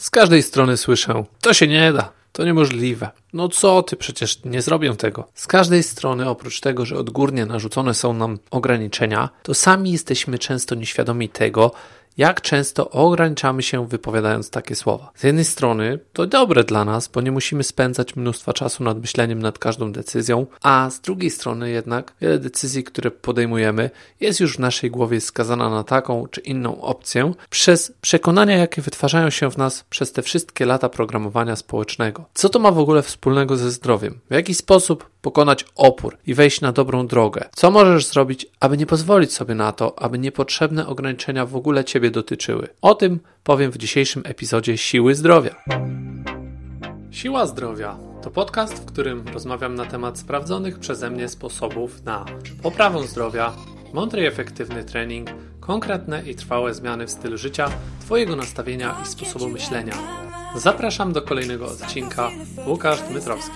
Z każdej strony słyszę, to się nie da, to niemożliwe. No co ty, przecież nie zrobię tego. Z każdej strony, oprócz tego, że odgórnie narzucone są nam ograniczenia, to sami jesteśmy często nieświadomi tego, jak często ograniczamy się wypowiadając takie słowa. Z jednej strony to dobre dla nas, bo nie musimy spędzać mnóstwa czasu nad myśleniem nad każdą decyzją, a z drugiej strony jednak wiele decyzji, które podejmujemy, jest już w naszej głowie skazana na taką czy inną opcję przez przekonania, jakie wytwarzają się w nas przez te wszystkie lata programowania społecznego. Co to ma w ogóle wspólnego ze zdrowiem? W jaki sposób pokonać opór i wejść na dobrą drogę? Co możesz zrobić, aby nie pozwolić sobie na to, aby niepotrzebne ograniczenia w ogóle Ciebie dotyczyły? O tym powiem w dzisiejszym epizodzie Siły Zdrowia. Siła Zdrowia to podcast, w którym rozmawiam na temat sprawdzonych przeze mnie sposobów na poprawę zdrowia, mądry i efektywny trening, konkretne i trwałe zmiany w stylu życia, Twojego nastawienia i sposobu myślenia. Zapraszam do kolejnego odcinka. Łukasz Dmytrowski.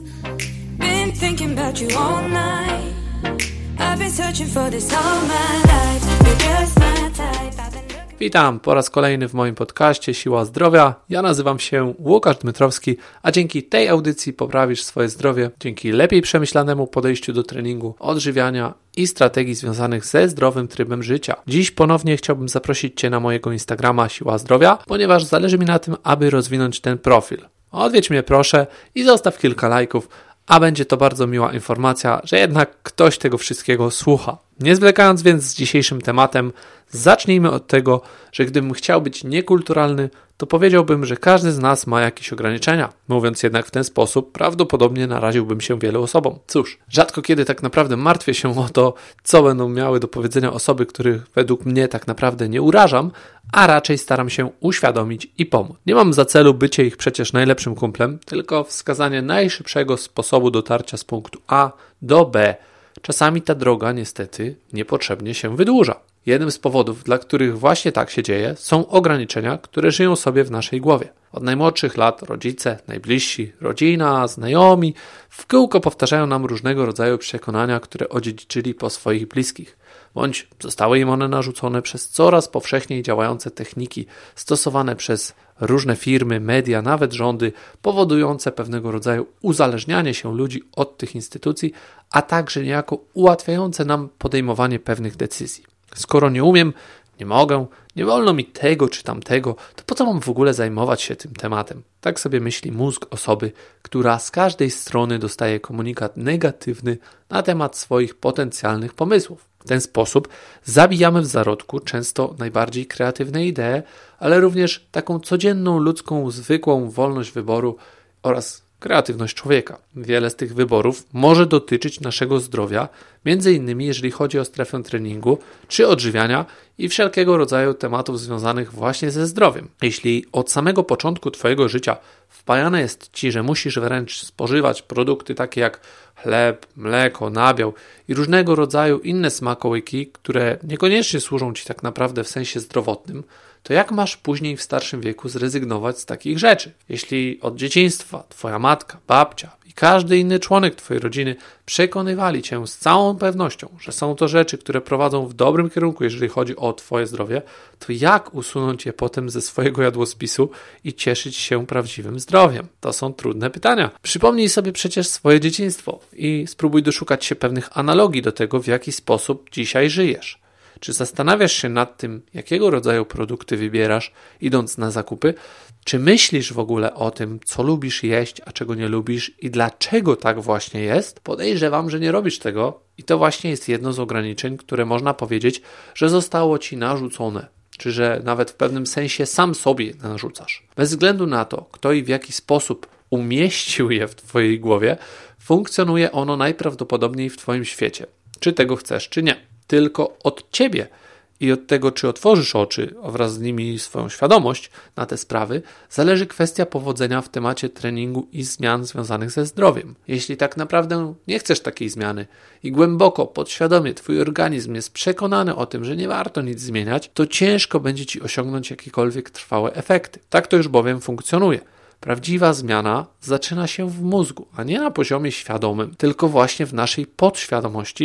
Thinking about you all night. I've been searching for this all my life. You're just my type. Witam po raz kolejny w moim podcaście Siła Zdrowia. Ja nazywam się Łukasz Dmytrowski, a dzięki tej audycji poprawisz swoje zdrowie dzięki lepiej przemyślanemu podejściu do treningu, odżywiania i strategii związanych ze zdrowym trybem życia. Dziś ponownie chciałbym zaprosić Cię na mojego Instagrama Siła Zdrowia, ponieważ zależy mi na tym, aby rozwinąć ten profil. Odwiedź mnie proszę i zostaw kilka lajków, a będzie to bardzo miła informacja, że jednak ktoś tego wszystkiego słucha. Nie zwlekając więc z dzisiejszym tematem, zacznijmy od tego, że gdybym chciał być niekulturalny, to powiedziałbym, że każdy z nas ma jakieś ograniczenia. Mówiąc jednak w ten sposób, prawdopodobnie naraziłbym się wielu osobom. Cóż, rzadko kiedy tak naprawdę martwię się o to, co będą miały do powiedzenia osoby, których według mnie tak naprawdę nie urażam, a raczej staram się uświadomić i pomóc. Nie mam za celu bycie ich przecież najlepszym kumplem, tylko wskazanie najszybszego sposobu dotarcia z punktu A do B. Czasami ta droga niestety niepotrzebnie się wydłuża. Jednym z powodów, dla których właśnie tak się dzieje, są ograniczenia, które żyją sobie w naszej głowie. Od najmłodszych lat rodzice, najbliżsi, rodzina, znajomi w kółko powtarzają nam różnego rodzaju przekonania, które odziedziczyli po swoich bliskich, bądź zostały im one narzucone przez coraz powszechniej działające techniki stosowane przez różne firmy, media, nawet rządy, powodujące pewnego rodzaju uzależnianie się ludzi od tych instytucji, a także niejako ułatwiające nam podejmowanie pewnych decyzji. Skoro nie umiem, nie mogę, nie wolno mi tego czy tamtego, to po co mam w ogóle zajmować się tym tematem? Tak sobie myśli mózg osoby, która z każdej strony dostaje komunikat negatywny na temat swoich potencjalnych pomysłów. W ten sposób zabijamy w zarodku często najbardziej kreatywne idee, ale również taką codzienną, ludzką, zwykłą wolność wyboru oraz kreatywność człowieka. Wiele z tych wyborów może dotyczyć naszego zdrowia, między innymi jeżeli chodzi o strefę treningu czy odżywiania i wszelkiego rodzaju tematów związanych właśnie ze zdrowiem. Jeśli od samego początku Twojego życia wpajane jest Ci, że musisz wręcz spożywać produkty takie jak chleb, mleko, nabiał i różnego rodzaju inne smakołyki, które niekoniecznie służą Ci tak naprawdę w sensie zdrowotnym, to jak masz później w starszym wieku zrezygnować z takich rzeczy? Jeśli od dzieciństwa Twoja matka, babcia i każdy inny członek Twojej rodziny przekonywali Cię z całą pewnością, że są to rzeczy, które prowadzą w dobrym kierunku, jeżeli chodzi o Twoje zdrowie, to jak usunąć je potem ze swojego jadłospisu i cieszyć się prawdziwym zdrowiem? To są trudne pytania. Przypomnij sobie przecież swoje dzieciństwo i spróbuj doszukać się pewnych analogii do tego, w jaki sposób dzisiaj żyjesz. Czy zastanawiasz się nad tym, jakiego rodzaju produkty wybierasz, idąc na zakupy? Czy myślisz w ogóle o tym, co lubisz jeść, a czego nie lubisz i dlaczego tak właśnie jest? Podejrzewam, że nie robisz tego i to właśnie jest jedno z ograniczeń, które można powiedzieć, że zostało Ci narzucone, czy że nawet w pewnym sensie sam sobie narzucasz. Bez względu na to, kto i w jaki sposób umieścił je w Twojej głowie, funkcjonuje ono najprawdopodobniej w Twoim świecie. Czy tego chcesz, czy nie. Tylko od Ciebie i od tego, czy otworzysz oczy, a wraz z nimi swoją świadomość na te sprawy, zależy kwestia powodzenia w temacie treningu i zmian związanych ze zdrowiem. Jeśli tak naprawdę nie chcesz takiej zmiany i głęboko, podświadomie Twój organizm jest przekonany o tym, że nie warto nic zmieniać, to ciężko będzie Ci osiągnąć jakiekolwiek trwałe efekty. Tak to już bowiem funkcjonuje. Prawdziwa zmiana zaczyna się w mózgu, a nie na poziomie świadomym, tylko właśnie w naszej podświadomości,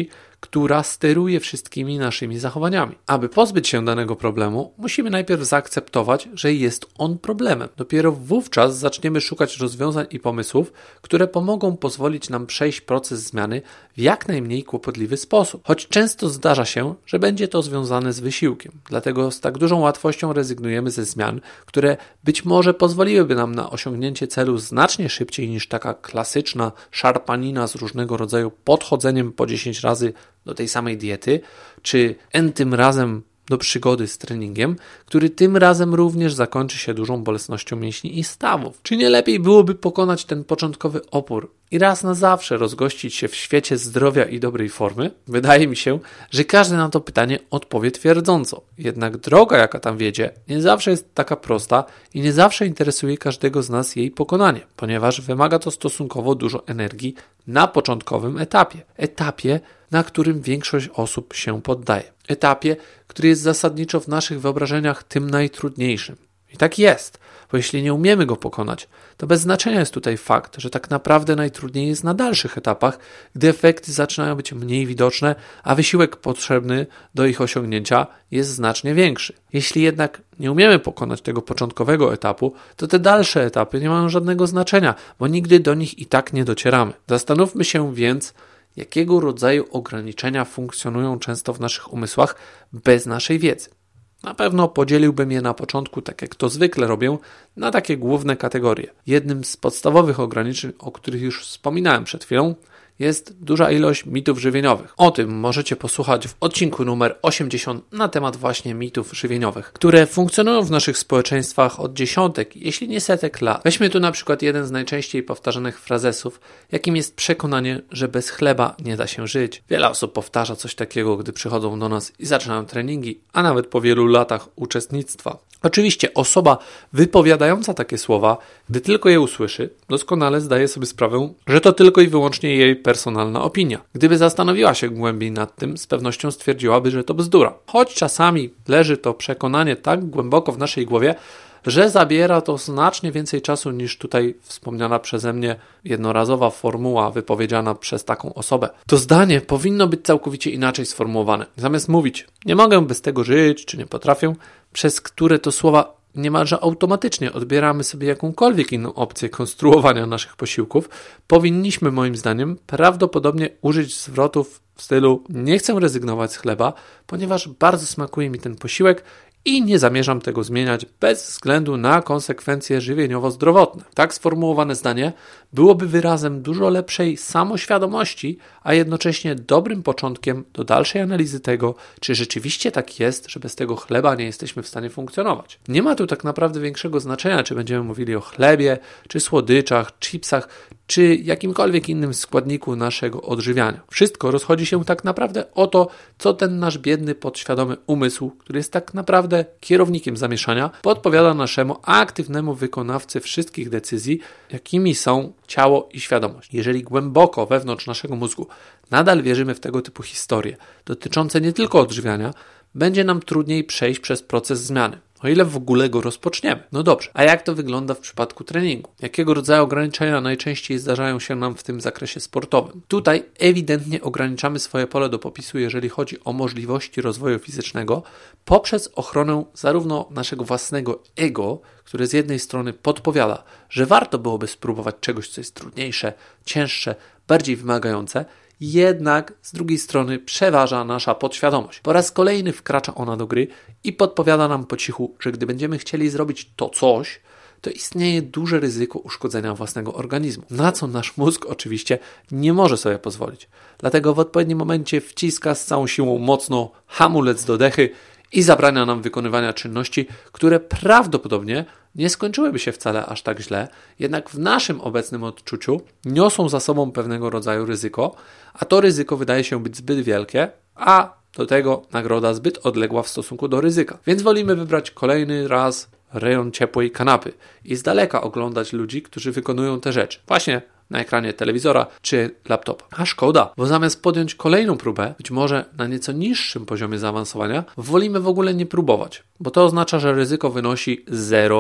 która steruje wszystkimi naszymi zachowaniami. Aby pozbyć się danego problemu, musimy najpierw zaakceptować, że jest on problemem. Dopiero wówczas zaczniemy szukać rozwiązań i pomysłów, które pomogą pozwolić nam przejść proces zmiany w jak najmniej kłopotliwy sposób. Choć często zdarza się, że będzie to związane z wysiłkiem. Dlatego z tak dużą łatwością rezygnujemy ze zmian, które być może pozwoliłyby nam na osiągnięcie celu znacznie szybciej niż taka klasyczna szarpanina z różnego rodzaju podchodzeniem po 10 razy do tej samej diety, czy n-tym razem do przygody z treningiem, który tym razem również zakończy się dużą bolesnością mięśni i stawów. Czy nie lepiej byłoby pokonać ten początkowy opór i raz na zawsze rozgościć się w świecie zdrowia i dobrej formy? Wydaje mi się, że każdy na to pytanie odpowie twierdząco. Jednak droga, jaka tam wiedzie, nie zawsze jest taka prosta i nie zawsze interesuje każdego z nas jej pokonanie, ponieważ wymaga to stosunkowo dużo energii na początkowym etapie, na którym większość osób się poddaje. Etapie, który jest zasadniczo w naszych wyobrażeniach tym najtrudniejszym. I tak jest, bo jeśli nie umiemy go pokonać, to bez znaczenia jest tutaj fakt, że tak naprawdę najtrudniej jest na dalszych etapach, gdy efekty zaczynają być mniej widoczne, a wysiłek potrzebny do ich osiągnięcia jest znacznie większy. Jeśli jednak nie umiemy pokonać tego początkowego etapu, to te dalsze etapy nie mają żadnego znaczenia, bo nigdy do nich i tak nie docieramy. Zastanówmy się więc, jakiego rodzaju ograniczenia funkcjonują często w naszych umysłach bez naszej wiedzy. Na pewno podzieliłbym je na początku, tak jak to zwykle robię, na takie główne kategorie. Jednym z podstawowych ograniczeń, o których już wspominałem przed chwilą, jest duża ilość mitów żywieniowych. O tym możecie posłuchać w odcinku numer 80 na temat właśnie mitów żywieniowych, które funkcjonują w naszych społeczeństwach od dziesiątek, jeśli nie setek lat. Weźmy tu na przykład jeden z najczęściej powtarzanych frazesów, jakim jest przekonanie, że bez chleba nie da się żyć. Wiele osób powtarza coś takiego, gdy przychodzą do nas i zaczynają treningi, a nawet po wielu latach uczestnictwa. Oczywiście osoba wypowiadająca takie słowa, gdy tylko je usłyszy, doskonale zdaje sobie sprawę, że to tylko i wyłącznie jej personalna opinia. Gdyby zastanowiła się głębiej nad tym, z pewnością stwierdziłaby, że to bzdura. Choć czasami leży to przekonanie tak głęboko w naszej głowie, że zabiera to znacznie więcej czasu niż tutaj wspomniana przeze mnie jednorazowa formuła wypowiedziana przez taką osobę. To zdanie powinno być całkowicie inaczej sformułowane. Zamiast mówić, nie mogę bez tego żyć, czy nie potrafię, przez które to słowa niemalże automatycznie odbieramy sobie jakąkolwiek inną opcję konstruowania naszych posiłków, powinniśmy moim zdaniem prawdopodobnie użyć zwrotów w stylu nie chcę rezygnować z chleba, ponieważ bardzo smakuje mi ten posiłek i nie zamierzam tego zmieniać bez względu na konsekwencje żywieniowo-zdrowotne. Tak sformułowane zdanie byłoby wyrazem dużo lepszej samoświadomości, a jednocześnie dobrym początkiem do dalszej analizy tego, czy rzeczywiście tak jest, że bez tego chleba nie jesteśmy w stanie funkcjonować. Nie ma tu tak naprawdę większego znaczenia, czy będziemy mówili o chlebie, czy słodyczach, chipsach, czy jakimkolwiek innym składniku naszego odżywiania. Wszystko rozchodzi się tak naprawdę o to, co ten nasz biedny, podświadomy umysł, który jest tak naprawdę kierownikiem zamieszania, podpowiada naszemu aktywnemu wykonawcy wszystkich decyzji, jakimi są ciało i świadomość. Jeżeli głęboko wewnątrz naszego mózgu nadal wierzymy w tego typu historie dotyczące nie tylko odżywiania, będzie nam trudniej przejść przez proces zmiany. O ile w ogóle go rozpoczniemy. No dobrze, a jak to wygląda w przypadku treningu? Jakiego rodzaju ograniczenia najczęściej zdarzają się nam w tym zakresie sportowym? Tutaj ewidentnie ograniczamy swoje pole do popisu, jeżeli chodzi o możliwości rozwoju fizycznego, poprzez ochronę zarówno naszego własnego ego, które z jednej strony podpowiada, że warto byłoby spróbować czegoś, co jest trudniejsze, cięższe, bardziej wymagające, jednak z drugiej strony przeważa nasza podświadomość. Po raz kolejny wkracza ona do gry i podpowiada nam po cichu, że gdy będziemy chcieli zrobić to coś, to istnieje duże ryzyko uszkodzenia własnego organizmu, na co nasz mózg oczywiście nie może sobie pozwolić. Dlatego w odpowiednim momencie wciska z całą siłą mocno hamulec do dechy i zabrania nam wykonywania czynności, które prawdopodobnie nie skończyłyby się wcale aż tak źle, jednak w naszym obecnym odczuciu niosą za sobą pewnego rodzaju ryzyko, a to ryzyko wydaje się być zbyt wielkie, a do tego nagroda zbyt odległa w stosunku do ryzyka. Więc wolimy wybrać kolejny raz rejon ciepłej kanapy i z daleka oglądać ludzi, którzy wykonują te rzeczy. Właśnie na ekranie telewizora czy laptopa. A szkoda, bo zamiast podjąć kolejną próbę, być może na nieco niższym poziomie zaawansowania, wolimy w ogóle nie próbować, bo to oznacza, że ryzyko wynosi 0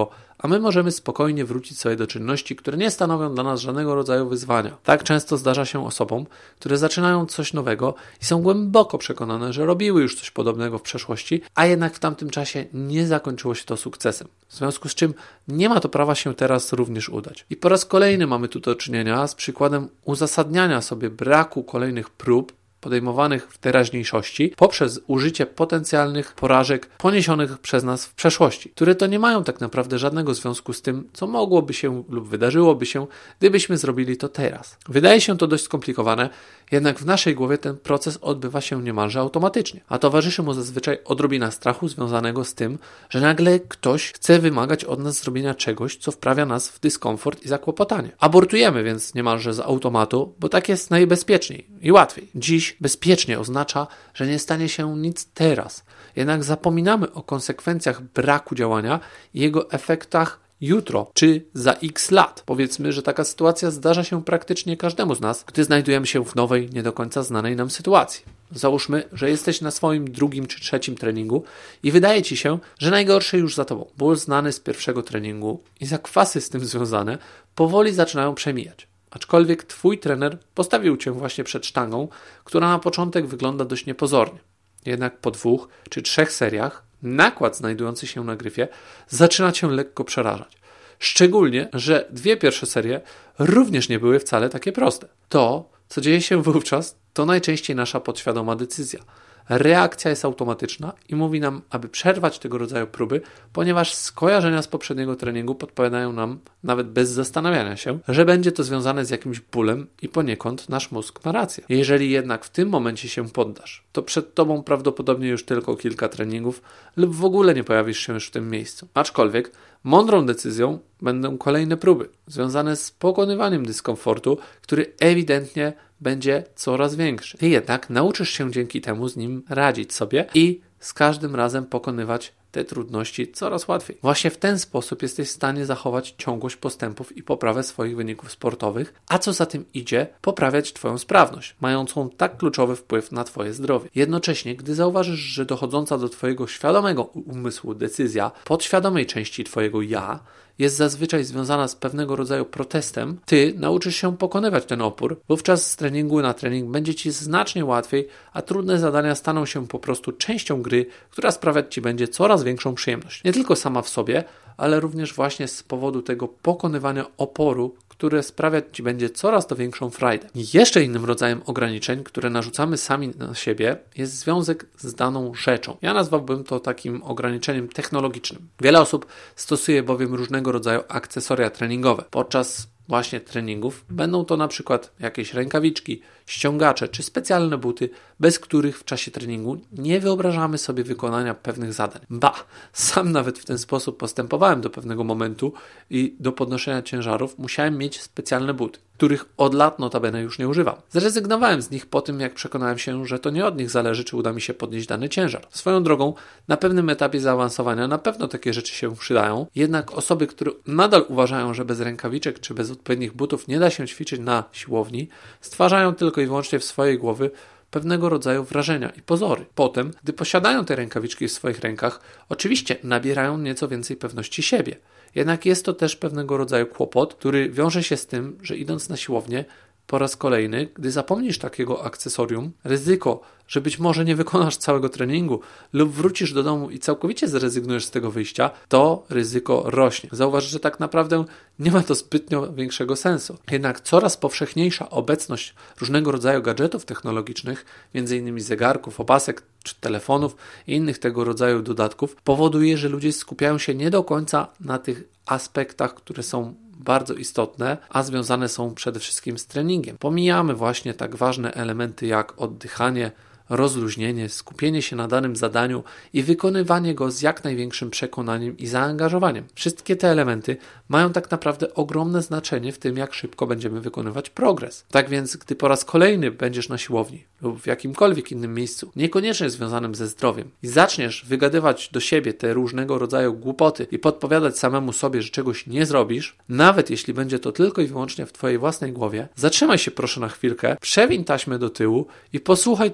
a my możemy spokojnie wrócić sobie do czynności, które nie stanowią dla nas żadnego rodzaju wyzwania. Tak często zdarza się osobom, które zaczynają coś nowego i są głęboko przekonane, że robiły już coś podobnego w przeszłości, a jednak w tamtym czasie nie zakończyło się to sukcesem. W związku z czym nie ma to prawa się teraz również udać. I po raz kolejny mamy tu do czynienia z przykładem uzasadniania sobie braku kolejnych prób podejmowanych w teraźniejszości poprzez użycie potencjalnych porażek poniesionych przez nas w przeszłości, które to nie mają tak naprawdę żadnego związku z tym, co mogłoby się lub wydarzyłoby się, gdybyśmy zrobili to teraz. Wydaje się to dość skomplikowane, jednak w naszej głowie ten proces odbywa się niemalże automatycznie, a towarzyszy mu zazwyczaj odrobina strachu związanego z tym, że nagle ktoś chce wymagać od nas zrobienia czegoś, co wprawia nas w dyskomfort i zakłopotanie. Abortujemy więc niemalże z automatu, bo tak jest najbezpieczniej i łatwiej. Dziś bezpiecznie oznacza, że nie stanie się nic teraz, jednak zapominamy o konsekwencjach braku działania i jego efektach jutro czy za x lat. Powiedzmy, że taka sytuacja zdarza się praktycznie każdemu z nas, gdy znajdujemy się w nowej, nie do końca znanej nam sytuacji. Załóżmy, że jesteś na swoim 2. czy 3. treningu i wydaje Ci się, że najgorszy już za Tobą. Ból znany z pierwszego treningu i zakwasy z tym związane powoli zaczynają przemijać. Aczkolwiek Twój trener postawił Cię właśnie przed sztangą, która na początek wygląda dość niepozornie. Jednak po 2 czy 3 seriach nakład znajdujący się na gryfie zaczyna Cię lekko przerażać. Szczególnie, że 2 pierwsze serie również nie były wcale takie proste. To, co dzieje się wówczas, to najczęściej nasza podświadoma decyzja. Reakcja jest automatyczna i mówi nam, aby przerwać tego rodzaju próby, ponieważ skojarzenia z poprzedniego treningu podpowiadają nam, nawet bez zastanawiania się, że będzie to związane z jakimś bólem i poniekąd nasz mózg ma rację. Jeżeli jednak w tym momencie się poddasz, to przed Tobą prawdopodobnie już tylko kilka treningów lub w ogóle nie pojawisz się już w tym miejscu. Aczkolwiek mądrą decyzją będą kolejne próby, związane z pokonywaniem dyskomfortu, który ewidentnie będzie coraz większy. Ty jednak nauczysz się dzięki temu z nim radzić sobie i z każdym razem pokonywać te trudności coraz łatwiej. Właśnie w ten sposób jesteś w stanie zachować ciągłość postępów i poprawę swoich wyników sportowych, a co za tym idzie, poprawiać Twoją sprawność, mającą tak kluczowy wpływ na Twoje zdrowie. Jednocześnie, gdy zauważysz, że dochodząca do Twojego świadomego umysłu decyzja podświadomej części Twojego ja jest zazwyczaj związana z pewnego rodzaju protestem, Ty nauczysz się pokonywać ten opór, wówczas z treningu na trening będzie Ci znacznie łatwiej, a trudne zadania staną się po prostu częścią gry, która sprawiać Ci będzie coraz większą przyjemność. Nie tylko sama w sobie, ale również właśnie z powodu tego pokonywania oporu, które sprawiać Ci będzie coraz to większą frajdę. Jeszcze innym rodzajem ograniczeń, które narzucamy sami na siebie, jest związek z daną rzeczą. Ja nazwałbym to takim ograniczeniem technologicznym. Wiele osób stosuje bowiem różnego rodzaju akcesoria treningowe. Podczas właśnie treningów będą to na przykład jakieś rękawiczki, ściągacze czy specjalne buty, bez których w czasie treningu nie wyobrażamy sobie wykonania pewnych zadań. Sam nawet w ten sposób postępowałem do pewnego momentu i do podnoszenia ciężarów musiałem mieć specjalne buty, których od lat notabene już nie używam. Zrezygnowałem z nich po tym, jak przekonałem się, że to nie od nich zależy, czy uda mi się podnieść dany ciężar. Swoją drogą, na pewnym etapie zaawansowania na pewno takie rzeczy się przydają, jednak osoby, które nadal uważają, że bez rękawiczek czy bez odpowiednich butów nie da się ćwiczyć na siłowni, stwarzają tylko i wyłącznie w swojej głowie pewnego rodzaju wrażenia i pozory. Potem, gdy posiadają te rękawiczki w swoich rękach, oczywiście nabierają nieco więcej pewności siebie. Jednak jest to też pewnego rodzaju kłopot, który wiąże się z tym, że idąc na siłownię po raz kolejny, gdy zapomnisz takiego akcesorium, ryzyko, że być może nie wykonasz całego treningu lub wrócisz do domu i całkowicie zrezygnujesz z tego wyjścia, to ryzyko rośnie. Zauważ, że tak naprawdę nie ma to zbytnio większego sensu. Jednak coraz powszechniejsza obecność różnego rodzaju gadżetów technologicznych, m.in. zegarków, opasek czy telefonów i innych tego rodzaju dodatków, powoduje, że ludzie skupiają się nie do końca na tych aspektach, które są bardzo istotne, a związane są przede wszystkim z treningiem. Pomijamy właśnie tak ważne elementy jak oddychanie, rozluźnienie, skupienie się na danym zadaniu i wykonywanie go z jak największym przekonaniem i zaangażowaniem. Wszystkie te elementy mają tak naprawdę ogromne znaczenie w tym, jak szybko będziemy wykonywać progres. Tak więc, gdy po raz kolejny będziesz na siłowni lub w jakimkolwiek innym miejscu, niekoniecznie związanym ze zdrowiem, i zaczniesz wygadywać do siebie te różnego rodzaju głupoty i podpowiadać samemu sobie, że czegoś nie zrobisz, nawet jeśli będzie to tylko i wyłącznie w Twojej własnej głowie, zatrzymaj się proszę na chwilkę, przewiń taśmę do tyłu i posłuchaj tego jeszcze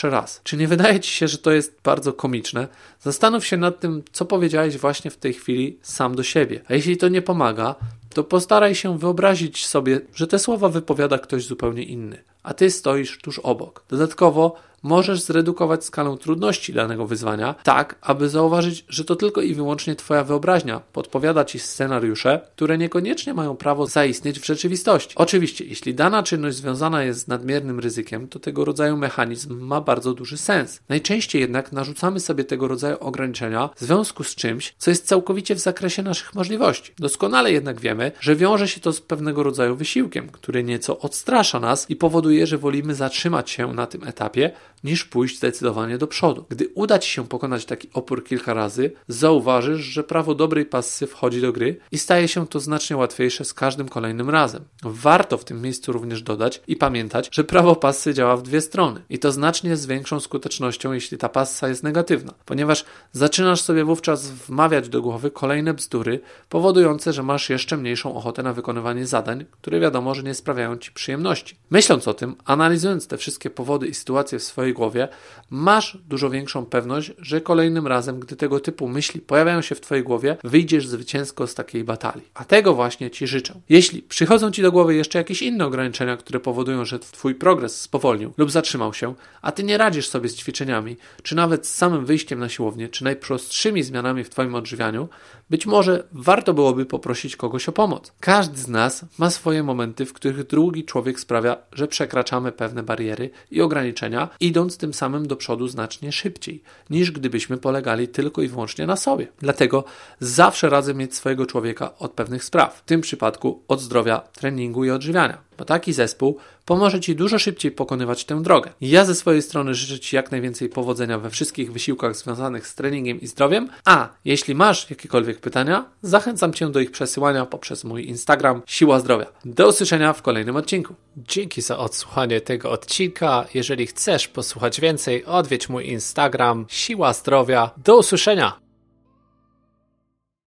pierwszy raz. Czy nie wydaje Ci się, że to jest bardzo komiczne? Zastanów się nad tym, co powiedziałeś właśnie w tej chwili sam do siebie. A jeśli to nie pomaga, to postaraj się wyobrazić sobie, że te słowa wypowiada ktoś zupełnie inny, a Ty stoisz tuż obok. Dodatkowo możesz zredukować skalę trudności danego wyzwania tak, aby zauważyć, że to tylko i wyłącznie Twoja wyobraźnia podpowiada Ci scenariusze, które niekoniecznie mają prawo zaistnieć w rzeczywistości. Oczywiście, jeśli dana czynność związana jest z nadmiernym ryzykiem, to tego rodzaju mechanizm ma bardzo duży sens. Najczęściej jednak narzucamy sobie tego rodzaju ograniczenia w związku z czymś, co jest całkowicie w zakresie naszych możliwości. Doskonale jednak wiemy, że wiąże się to z pewnego rodzaju wysiłkiem, który nieco odstrasza nas i powoduje, że wolimy zatrzymać się na tym etapie, niż pójść zdecydowanie do przodu. Gdy uda Ci się pokonać taki opór kilka razy, zauważysz, że prawo dobrej passy wchodzi do gry i staje się to znacznie łatwiejsze z każdym kolejnym razem. Warto w tym miejscu również dodać i pamiętać, że prawo passy działa w dwie strony i to znacznie z większą skutecznością, jeśli ta passa jest negatywna, ponieważ zaczynasz sobie wówczas wmawiać do głowy kolejne bzdury, powodujące, że masz jeszcze mniejszą ochotę na wykonywanie zadań, które wiadomo, że nie sprawiają Ci przyjemności. Myśląc o tym, analizując te wszystkie powody i sytuacje w swojej głowie, masz dużo większą pewność, że kolejnym razem, gdy tego typu myśli pojawiają się w Twojej głowie, wyjdziesz zwycięsko z takiej batalii. A tego właśnie Ci życzę. Jeśli przychodzą Ci do głowy jeszcze jakieś inne ograniczenia, które powodują, że Twój progres spowolnił lub zatrzymał się, a Ty nie radzisz sobie z ćwiczeniami, czy nawet z samym wyjściem na siłownię, czy najprostszymi zmianami w Twoim odżywianiu, być może warto byłoby poprosić kogoś o pomoc. Każdy z nas ma swoje momenty, w których drugi człowiek sprawia, że przekraczamy pewne bariery i ograniczenia, idąc tym samym do przodu znacznie szybciej, niż gdybyśmy polegali tylko i wyłącznie na sobie. Dlatego zawsze radzę mieć swojego człowieka od pewnych spraw, w tym przypadku od zdrowia, treningu i odżywiania, bo taki zespół pomoże Ci dużo szybciej pokonywać tę drogę. Ja ze swojej strony życzę Ci jak najwięcej powodzenia we wszystkich wysiłkach związanych z treningiem i zdrowiem, a jeśli masz jakiekolwiek pytania, zachęcam Cię do ich przesyłania poprzez mój Instagram Siła Zdrowia. Do usłyszenia w kolejnym odcinku. Dzięki za odsłuchanie tego odcinka. Jeżeli chcesz posłuchać więcej, odwiedź mój Instagram Siła Zdrowia. Do usłyszenia!